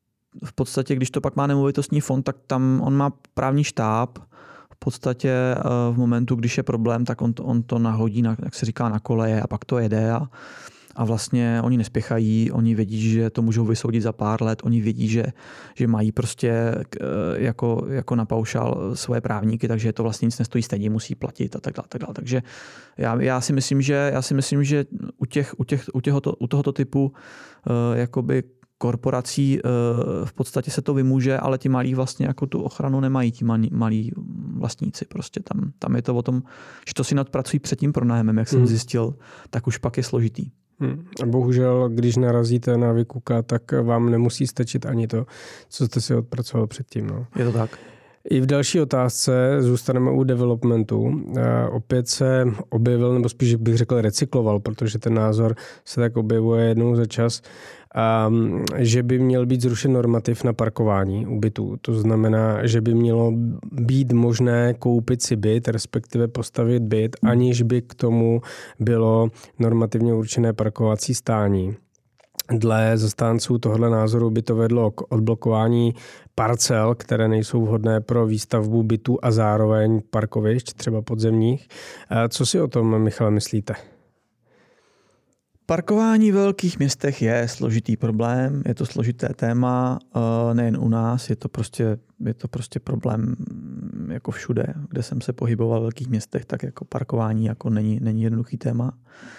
v podstatě, když to pak má nemovitostní fond, tak tam on má právní štáb. V podstatě v momentu, když je problém, tak on to, on to nahodí, na, jak se říká, na koleje a pak to jede a, a vlastně oni nespěchají, oni vědí, že to můžou vysoudit za pár let, oni vědí, že, že mají prostě jako, jako na paušál svoje právníky, takže to vlastně nic nestojí, stejně musí platit a tak dále. Tak dále. Takže já, já, si myslím, že, já si myslím, že u, těch, u, těch, u, těhoto, u tohoto typu uh, jakoby korporací v podstatě se to vymůže, ale ti malí vlastně jako tu ochranu nemají, ti malí, malí vlastníci. Prostě tam, tam je to o tom, že to si nadpracují před tím pronájmem, jak jsem hmm. zjistil, tak už pak je složitý. Hmm. A bohužel, když narazíte na vykuka, tak vám nemusí stačit ani to, co jste si odpracoval předtím. No. Je to tak. I v další otázce zůstaneme u developmentu. E, opět se objevil, nebo spíš bych řekl recykloval, protože ten názor se tak objevuje jednou za čas, a, že by měl být zrušen normativ na parkování u bytů. To znamená, že by mělo být možné koupit si byt, respektive postavit byt, aniž by k tomu bylo normativně určené parkovací stání. Dle zastánců tohle názoru by to vedlo k odblokování parcel, které nejsou vhodné pro výstavbu bytů a zároveň parkovišť, třeba podzemních. Co si o tom, Michale, myslíte? Parkování v velkých městech je složitý problém, je to složité téma, nejen u nás, je to prostě, je to prostě problém jako všude, kde jsem se pohyboval v velkých městech, tak jako parkování jako není, není jednoduchý téma.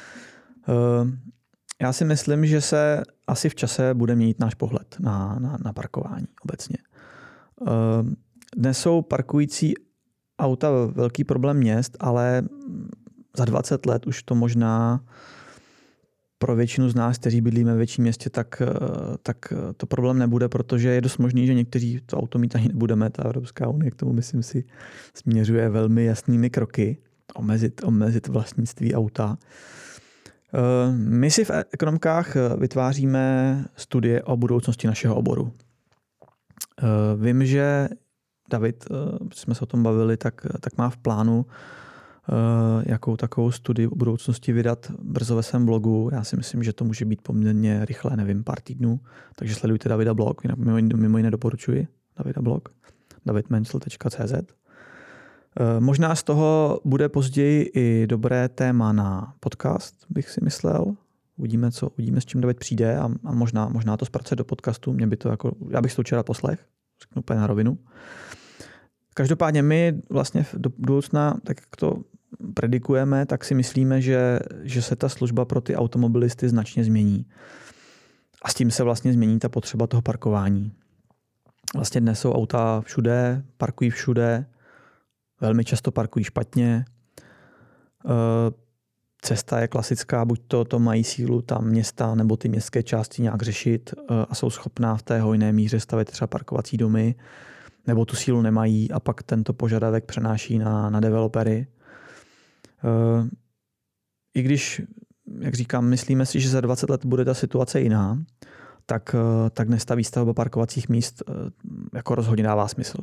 Já si myslím, že se asi v čase bude měnit náš pohled na, na, na parkování obecně. Dnes jsou parkující auta velký problém měst, ale za dvacet let už to možná pro většinu z nás, kteří bydlíme ve větším městě, tak, tak to problém nebude, protože je dost možný, že někteří to auto mít ani nebudeme. Ta Evropská unie k tomu, myslím si, směřuje velmi jasnými kroky omezit, omezit vlastnictví auta. My si v ekonomkách vytváříme studie o budoucnosti našeho oboru. Vím, že David, jsme se o tom bavili, tak, tak má v plánu jakou takovou studii o budoucnosti vydat brzo ve svém blogu. Já si myslím, že to může být poměrně rychle, nevím, pár týdnů. Takže sledujte Davida blog, jinak mimo jiné doporučuji Davida blog, david mencel tečka cé zet. Možná z toho bude později i dobré téma na podcast, bych si myslel. Uvidíme, co, uvidíme, s čím David přijde a, a možná, možná to zpracuje do podcastu. Mě by to jako, já bych to včera poslech, řeknu úplně na rovinu. Každopádně my vlastně do budoucna, tak jak to predikujeme, tak si myslíme, že, že se ta služba pro ty automobilisty značně změní. A s tím se vlastně změní ta potřeba toho parkování. Vlastně dnes jsou auta všude, parkují všude, velmi často parkují špatně. Cesta je klasická, buď to, to mají sílu tam města nebo ty městské části nějak řešit a jsou schopná v té hojné míře stavět třeba parkovací domy, nebo tu sílu nemají a pak tento požadavek přenáší na, na developery. I když, jak říkám, myslíme si, že za dvacet let bude ta situace jiná, tak, tak dnes ta výstavba parkovacích míst jako rozhodně dává smysl.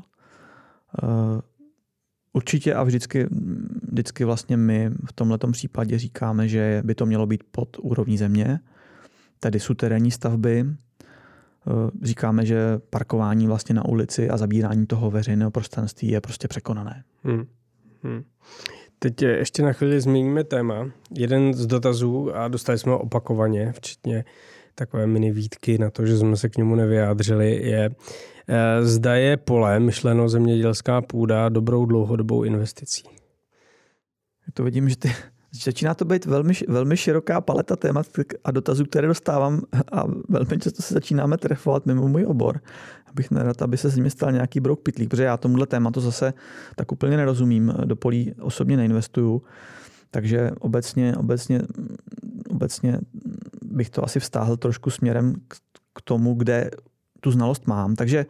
Určitě a vždycky, vždycky vlastně my v tomhletom případě říkáme, že by to mělo být pod úrovní země, tedy suterénní stavby. Říkáme, že parkování vlastně na ulici a zabírání toho veřejného prostranství je prostě překonané. Hmm. Hmm. Teď ještě na chvíli změníme téma. Jeden z dotazů, a dostali jsme ho opakovaně, včetně takové mini výtky na to, že jsme se k němu nevyjádřili, je, zda je pole, myšleno zemědělská půda, dobrou dlouhodobou investicí. To vidím, že ty, začíná to být velmi, velmi široká paleta témat a dotazů, které dostávám a velmi často se začínáme trefovat mimo můj obor. Abych nerad, aby se z nimi stal nějaký brouk pytlík, protože já tomuhle tématu zase tak úplně nerozumím, do polí osobně neinvestuju, takže obecně, obecně, obecně bych to asi vztáhl trošku směrem k tomu, kde tu znalost mám. Takže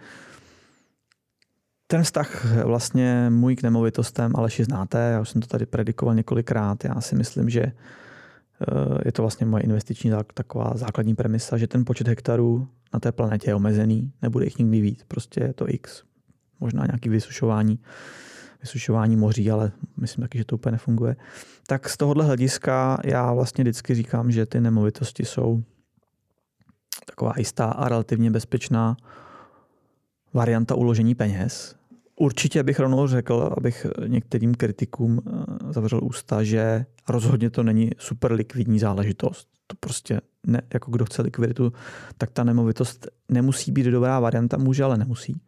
ten vztah vlastně můj k nemovitostem, Aleši, znáte, já už jsem to tady predikoval několikrát. Já si myslím, že je to vlastně moje investiční taková základní premisa, že ten počet hektarů na té planetě je omezený, nebude jich nikdy víc, prostě je to X. Možná nějaký vysušování, vysušování moří, ale myslím taky, že to úplně nefunguje. Tak z tohohle hlediska já vlastně vždycky říkám, že ty nemovitosti jsou taková jistá a relativně bezpečná varianta uložení peněz. Určitě bych rovnou řekl, abych některým kritikům zavřel ústa, že rozhodně to není super likvidní záležitost. To prostě ne, jako kdo chce likviditu, tak ta nemovitost nemusí být dobrá varianta, může, ale nemusí.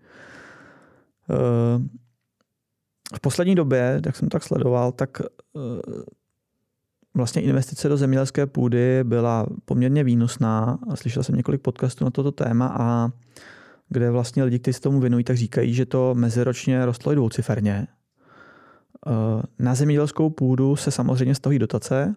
V poslední době, jak jsem tak sledoval, tak vlastně investice do zemědělské půdy byla poměrně výnosná. Slyšel jsem několik podcastů na toto téma a kde vlastně lidi, kteří se tomu věnují, tak říkají, že to meziročně rostlo i dvouciferně. Na zemědělskou půdu se samozřejmě stahují dotace.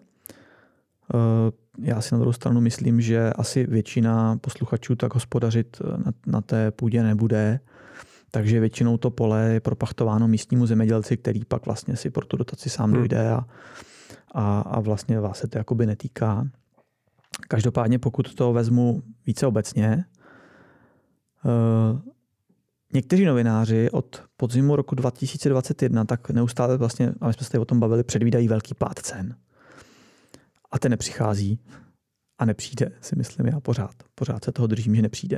Já si na druhou stranu myslím, že asi většina posluchačů tak hospodařit na, na té půdě nebude. Takže většinou to pole je propachtováno místnímu zemědělci, který pak vlastně si pro tu dotaci sám dojde a, a, a vlastně vás se to jakoby netýká. Každopádně pokud to vezmu více obecně, Uh, někteří novináři od podzimu roku dva tisíce dvacet jedna tak neustále vlastně, a my jsme se tady o tom bavili, předvídají velký pád cen. A ten nepřichází a nepřijde, si myslím já pořád. Pořád se toho držím, že nepřijde.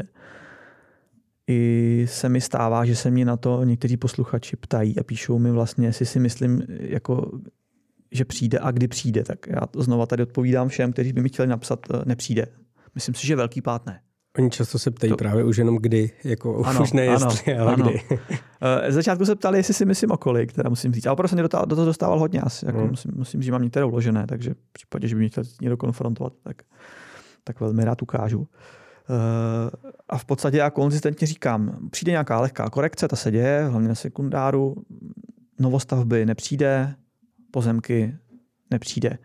I se mi stává, že se mě na to někteří posluchači ptají a píšou mi vlastně, jestli si myslím, jako, že přijde a kdy přijde. Tak já to znova tady odpovídám všem, kteří by mi chtěli napsat, nepřijde. Myslím si, že velký pád ne. Oni často se ptají to... právě už jenom kdy, jako ano, už ne jestli, ano, ale ano. kdy. Z začátku se ptali, jestli si myslím o kolik, teda musím říct. Ale opravdu jsem do toho dostával hodně asi. Jako hmm. musím, musím, že mám některé uložené, takže v případě, že by mě chtěl někdo konfrontovat, tak, tak velmi rád ukážu. A v podstatě já konzistentně říkám, přijde nějaká lehká korekce, ta se děje, hlavně na sekundáru, novostavby nepřijde, pozemky nepřijde.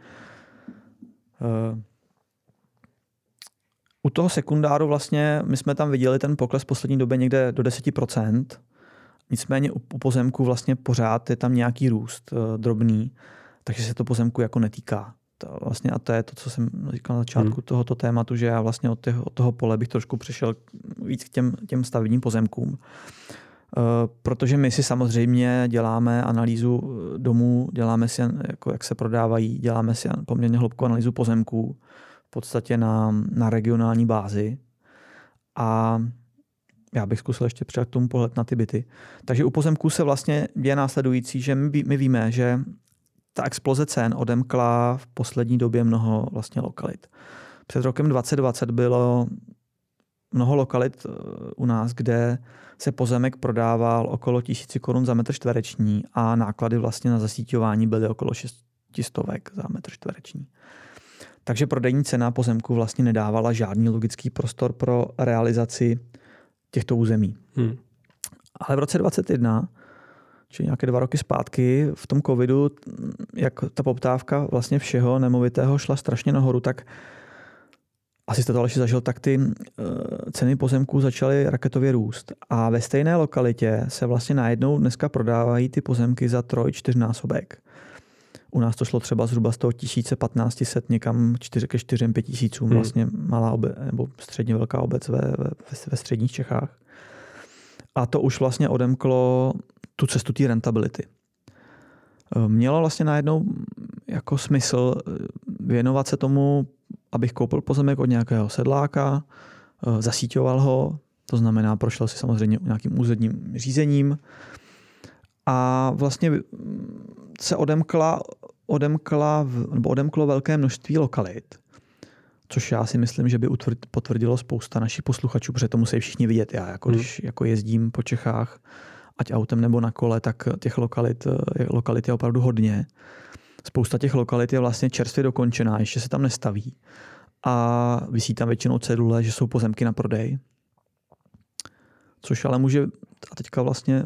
U toho sekundáru vlastně my jsme tam viděli ten pokles v poslední době někde do deset procent. Nicméně u pozemku vlastně pořád je tam nějaký růst drobný, takže se to pozemku jako netýká. To vlastně, a to je to, co jsem říkal na začátku hmm. tohoto tématu, že já vlastně od, těch, od toho pole bych trošku přišel víc k těm, těm stavebním pozemkům. Uh, protože my si samozřejmě děláme analýzu domů, děláme si, jako jak se prodávají, děláme si poměrně hloubkou analýzu pozemků, v podstatě na, na regionální bázi. A já bych zkusil ještě přidat k tomu pohled na ty byty. Takže u pozemků se vlastně děje následující, že my, my víme, že ta exploze cen odemkla v poslední době mnoho vlastně lokalit. Před rokem dvacet dvacet bylo mnoho lokalit u nás, kde se pozemek prodával okolo tisíci korun za metr čtvereční a náklady vlastně na zasíťování byly okolo šestistovek za metr čtvereční. Takže prodejní cena pozemku vlastně nedávala žádný logický prostor pro realizaci těchto území. Hmm. Ale v roce dvacet jedna, čili nějaké dva roky zpátky, v tom covidu, jak ta poptávka vlastně všeho nemovitého šla strašně nahoru, tak asi jste to další zažil, tak ty ceny pozemků začaly raketově růst. A ve stejné lokalitě se vlastně najednou dneska prodávají ty pozemky za troj, čtyřnásobek. U nás to šlo třeba zhruba z toho tisíce patnáct set někam čtyři ke čtyřem, pět tisícům. Hmm. Vlastně malá obec, nebo středně velká obec ve, ve, ve středních Čechách. A to už vlastně odemklo tu cestu té rentability. Mělo vlastně najednou jako smysl věnovat se tomu, abych koupil pozemek od nějakého sedláka, zasíťoval ho, to znamená prošel si samozřejmě nějakým územním řízením a vlastně se odemkla, odemkla nebo odemklo velké množství lokalit, což já si myslím, že by potvrdilo spousta našich posluchačů, protože to musí všichni vidět. Já, jako hmm. když jako jezdím po Čechách, ať autem nebo na kole, tak těch lokalit, lokalit je opravdu hodně. Spousta těch lokalit je vlastně čerstvě dokončená, ještě se tam nestaví. A visí tam většinou cedule, že jsou pozemky na prodej. Což ale může, a teďka vlastně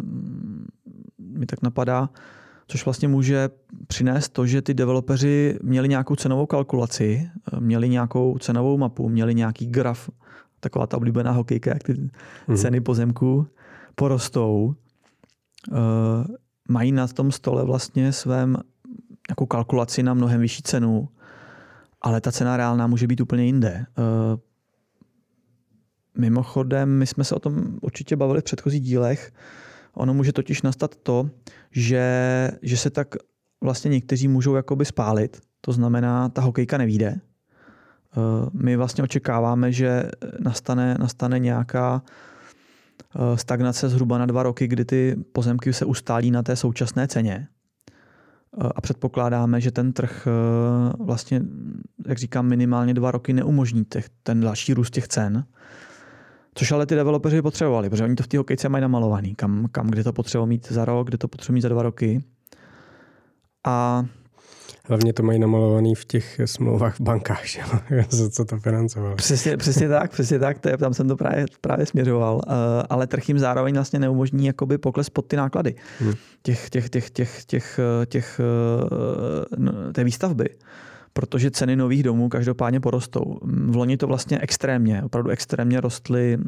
mi tak napadá, což vlastně může přinést to, že ty developeři měli nějakou cenovou kalkulaci, měli nějakou cenovou mapu, měli nějaký graf, taková ta oblíbená hokejka, jak ty mm. ceny pozemků porostou. Mají na tom stole vlastně svém nějakou kalkulaci na mnohem vyšší cenu, ale ta cena reálná může být úplně jinde. Mimochodem, my jsme se o tom určitě bavili v předchozích dílech. Ono může totiž nastat to, že, že se tak vlastně někteří můžou jakoby spálit. To znamená, ta hokejka nevyjde. My vlastně očekáváme, že nastane, nastane nějaká stagnace zhruba na dva roky, kdy ty pozemky se ustálí na té současné ceně. A předpokládáme, že ten trh vlastně, jak říkám, minimálně dva roky neumožní těch, ten další růst těch cen. Což ale ty developeři potřebovali, protože oni to v té hokejce mají namalovaný. Kam, kam, kde to potřebují mít za rok, kde to potřebují mít za dva roky. A hlavně to mají namalovaný v těch smlouvách v bankách, že? Co to financovalo. Přesně, přesně tak, přesně tak, to je, tam jsem to právě, právě směřoval. Uh, ale trh jim zároveň vlastně neumožní jakoby pokles pod ty náklady hmm. těch, těch, těch, těch, těch, těch, uh, té výstavby. Protože ceny nových domů každopádně porostou. V loni to vlastně extrémně, opravdu extrémně rostly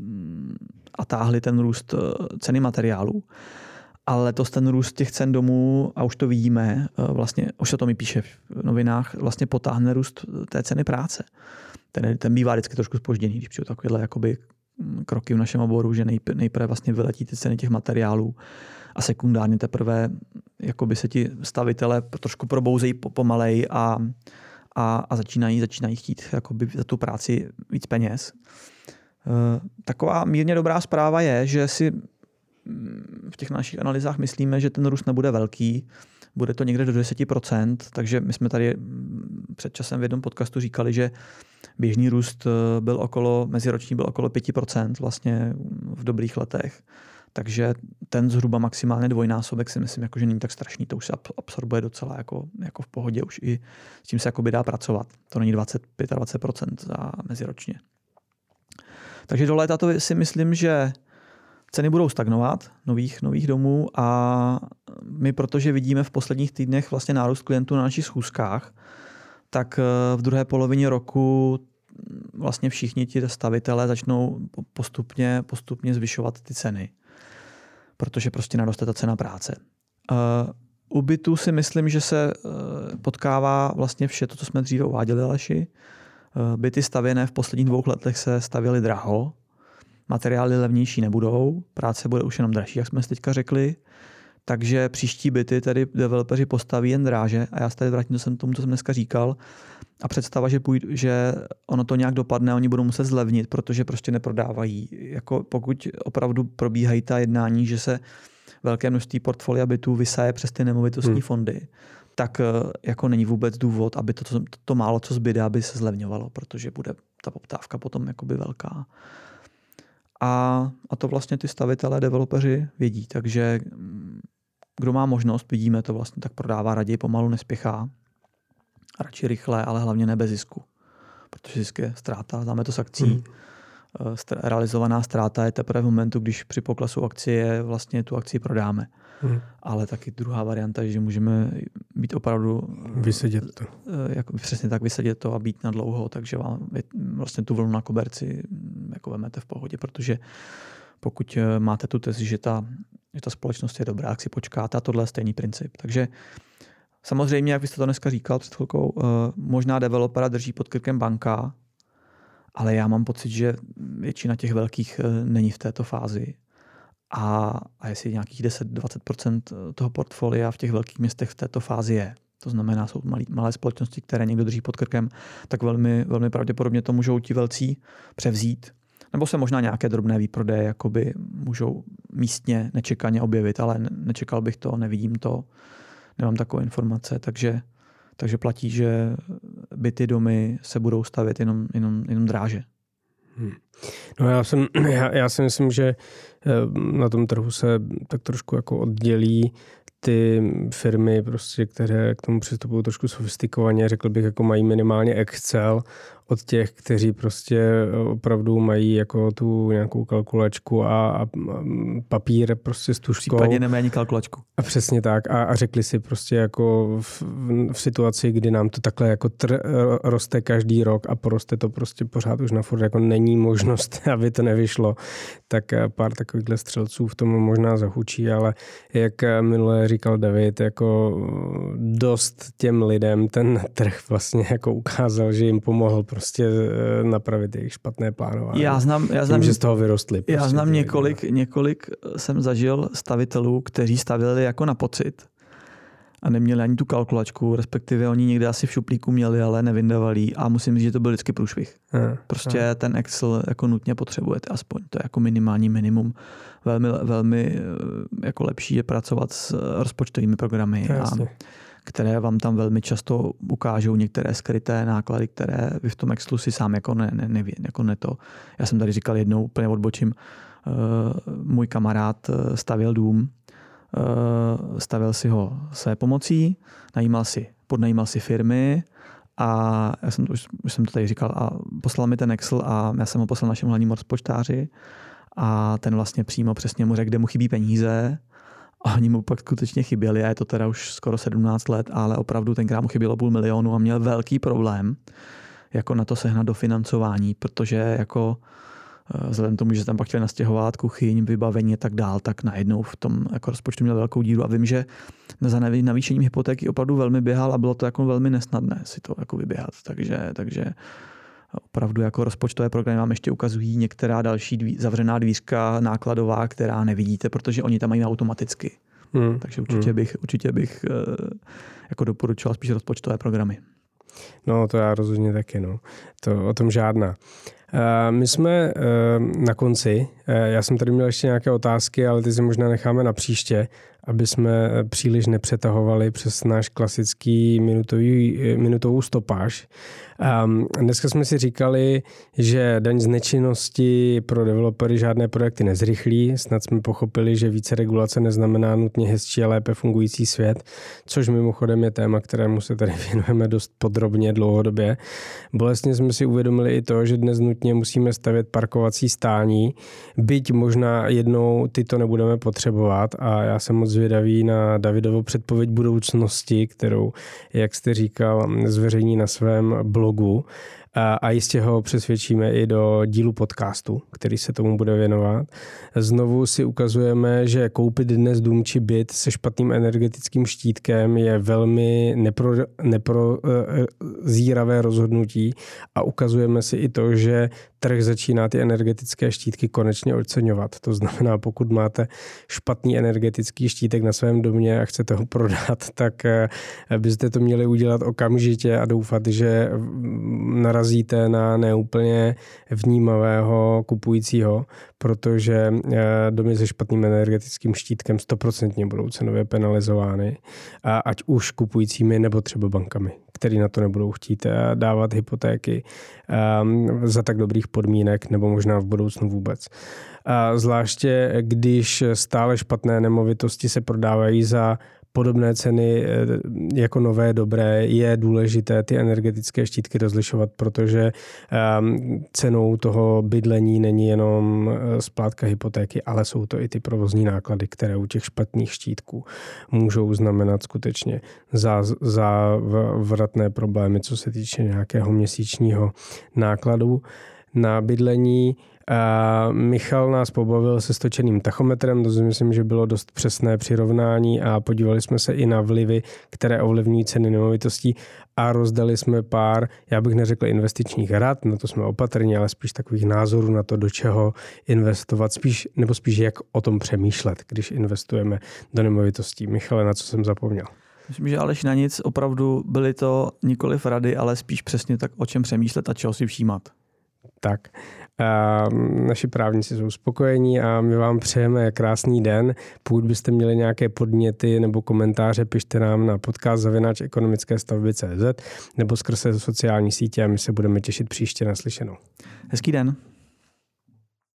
a táhly ten růst ceny materiálů. Ale letos ten růst těch cen domů, a už to vidíme, vlastně, už se to mi píše v novinách, vlastně potáhne růst té ceny práce. Ten, ten bývá vždycky trošku zpožděný, když přijde takovéhle jakoby kroky v našem oboru, že nejprve, nejprve vlastně vyletí ty ceny těch materiálů a sekundárně teprve jakoby se ti stavitelé trošku probouzejí pomalej a, a, a začínají, začínají chtít jakoby za tu práci víc peněz. Taková mírně dobrá zpráva je, že si v těch našich analýzách myslíme, že ten růst nebude velký, bude to někde do deset procent, takže my jsme tady před časem v jednom podcastu říkali, že běžný růst byl okolo, meziroční byl okolo pět procent vlastně v dobrých letech. Takže ten zhruba maximálně dvojnásobek si myslím, jako, že není tak strašný, to už se absorbuje docela jako, jako v pohodě, už i s tím se jakoby dá pracovat. To není dvacet pět a dvacet procent za meziročně. Takže do léta to si myslím, že ceny budou stagnovat nových, nových domů a my, protože vidíme v posledních týdnech vlastně nárůst klientů na našich schůzkách, tak v druhé polovině roku vlastně všichni ti stavitelé začnou postupně, postupně zvyšovat ty ceny, protože prostě naroste ta cena práce. U bytů si myslím, že se potkává vlastně vše to, co jsme dříve uváděli, Aleši. Byty stavěné v posledních dvou letech se stavěly draho, materiály levnější nebudou, práce bude už jenom dražší, jak jsme si teďka řekli, takže příští byty tedy developeři postaví jen dráže a já se tady vrátím k tomu, co jsem dneska říkal a představa, že, půjdu, že ono to nějak dopadne a oni budou muset zlevnit, protože prostě neprodávají. Jako pokud opravdu probíhají ta jednání, že se velké množství portfolia bytů vysaje přes ty nemovitostní hmm. fondy, tak jako není vůbec důvod, aby to, to, to málo, co zbyde, aby se zlevňovalo, protože bude ta poptávka potom jakoby velká. A, a to vlastně ty stavitelé, developeři vědí, takže kdo má možnost, vidíme to vlastně, tak prodává raději pomalu, nespěchá. Radši rychle, ale hlavně ne bez zisku. Protože zisk je ztráta, známe to s akcí. Hmm. Realizovaná ztráta je teprve v momentu, když při poklesu akcie vlastně tu akci prodáme. Hmm. Ale taky druhá varianta, že můžeme být opravdu vysedět to. Jako přesně tak vysedět to a být na dlouho, takže vám vlastně tu vlnu na koberci jako vemete v pohodě, protože pokud máte tu tezi, že ta, že ta společnost je dobrá, jak si počkáte, a tohle je stejný princip. Takže samozřejmě, jak vy jste to dneska říkal před chvilkou, možná developera drží pod krkem banka, ale já mám pocit, že většina těch velkých není v této fázi. A, a jestli nějakých deset až dvacet procent toho portfolia v těch velkých městech v této fázi je, to znamená, jsou malý, malé společnosti, které někdo drží pod krkem, tak velmi, velmi pravděpodobně to můžou ti velcí převzít. Nebo se možná nějaké drobné výprodeje jakoby můžou místně nečekaně objevit, ale nečekal bych to, nevidím to, nemám takové informace, takže, takže platí, že byty, domy se budou stavět jenom, jenom, jenom dráže. Hmm. No já, jsem, já, já si myslím, že na tom trhu se tak trošku jako oddělí ty firmy, prostě, které k tomu přistupují trošku sofistikovaně, řekl bych, jako mají minimálně Excel od těch, kteří prostě opravdu mají jako tu nějakou kalkulačku a, a papír prostě s tužkou. Případně nemají ani kalkulačku. A přesně tak. A, a řekli si prostě jako v, v situaci, kdy nám to takhle jako tr, roste každý rok a poroste to prostě pořád už na furt, jako není možnost, aby to nevyšlo, tak pár takovýchhle střelců v tom možná zahučí, ale jak minule říkal David, jako dost těm lidem ten trh vlastně jako ukázal, že jim pomohl prostě napravit jejich špatné plánování. Já znám, já znám, tím, že z toho vyrostli. Prostě já znám několik, několik jsem zažil stavitelů, kteří stavili jako na pocit a neměli ani tu kalkulačku, respektive oni někde asi v šuplíku měli, ale nevyndavali a musím říct, že to byl vždycky průšvih. Hmm. Prostě hmm. ten Excel jako nutně potřebujete, aspoň to je jako minimální minimum. Velmi, velmi jako lepší je pracovat s rozpočtovými programy, a, které vám tam velmi často ukážou některé skryté náklady, které vy v tom Excelu si sám jako ne, ne, neví, jako ne to. Já jsem tady říkal jednou, úplně odbočím, uh, můj kamarád stavěl dům, uh, stavěl si ho své pomocí, najímal si, podnajímal si firmy a já jsem to, už, už jsem to tady říkal, a poslal mi ten Excel a já jsem ho poslal našemu hlavnímu rozpočtáři a ten vlastně přímo přesně mu řekl, kde mu chybí peníze. A oni mu pak skutečně chyběli a je to teda už skoro sedmnáct let, ale opravdu tenkrát mu chybělo půl milionu a měl velký problém jako na to sehnat dofinancování, protože jako vzhledem tomu, že se tam pak chtěli nastěhovat kuchyň, vybavení a tak dál, tak najednou v tom jako rozpočtu měl velkou díru a vím, že za navýšením hypotéky opravdu velmi běhal a bylo to jako velmi nesnadné si to jako vyběhat, takže, takže opravdu jako rozpočtové programy vám ještě ukazují některá další dví, zavřená dvířka nákladová, která nevidíte, protože oni tam mají automaticky. Hmm. Takže určitě hmm. bych, určitě bych jako doporučoval spíš rozpočtové programy. No to já rozhodně taky, no. To o tom žádná. My jsme na konci. Já jsem tady měl ještě nějaké otázky, ale ty si možná necháme na příště, aby jsme příliš nepřetahovali přes náš klasický minutový, minutovou stopáž. Dneska jsme si říkali, že daň z nečinnosti pro developery žádné projekty nezrychlí. Snad jsme pochopili, že více regulace neznamená nutně hezčí a lépe fungující svět, což mimochodem je téma, kterému se tady věnujeme dost podrobně dlouhodobě. Bolestně jsme si uvědomili i to, že dnes nutně musíme stavět parkovací stání, byť možná jednou tyto nebudeme potřebovat a já jsem moc zvědavý na Davidovu předpověď budoucnosti, kterou, jak jste říkal, zveřejní na svém blogu. a, a jistě ho přesvědčíme i do dílu podcastu, který se tomu bude věnovat. Znovu si ukazujeme, že koupit dnes dům či byt se špatným energetickým štítkem je velmi nepro, neprozíravé rozhodnutí a ukazujeme si i to, že trh začíná ty energetické štítky konečně oceňovat. To znamená, pokud máte špatný energetický štítek na svém domě a chcete ho prodat, tak byste to měli udělat okamžitě a doufat, že narazíte na neúplně vnímavého kupujícího, protože domy se špatným energetickým štítkem stoprocentně budou cenově penalizovány, a ať už kupujícími nebo třeba bankami, který na to nebudou chtít dávat hypotéky za tak dobrých podmínek nebo možná v budoucnu vůbec. A zvláště když stále špatné nemovitosti se prodávají za podobné ceny jako nové dobré, je důležité ty energetické štítky rozlišovat, protože cenou toho bydlení není jenom splátka hypotéky, ale jsou to i ty provozní náklady, které u těch špatných štítků můžou znamenat skutečně závratné problémy, co se týče nějakého měsíčního nákladu na bydlení. A Michal nás pobavil se stočeným tachometrem, to si myslím, že bylo dost přesné přirovnání, a podívali jsme se i na vlivy, které ovlivňují ceny nemovitostí, a rozdali jsme pár, já bych neřekl investičních rad, na to jsme opatrní, ale spíš takových názorů na to, do čeho investovat, spíš, nebo spíš jak o tom přemýšlet, když investujeme do nemovitostí. Michale, na co jsem zapomněl? Myslím, že Aleš na nic, opravdu byly to nikoliv rady, ale spíš přesně tak, o čem přemýšlet a čeho si všímat. Tak. A naši právníci jsou spokojení a my vám přejeme krásný den. Pokud byste měli nějaké podněty nebo komentáře, pište nám na podcast zavináč ekonomické stavby tečka cé zet nebo skrze sociální sítě a my se budeme těšit příště naslyšenou. Hezký den.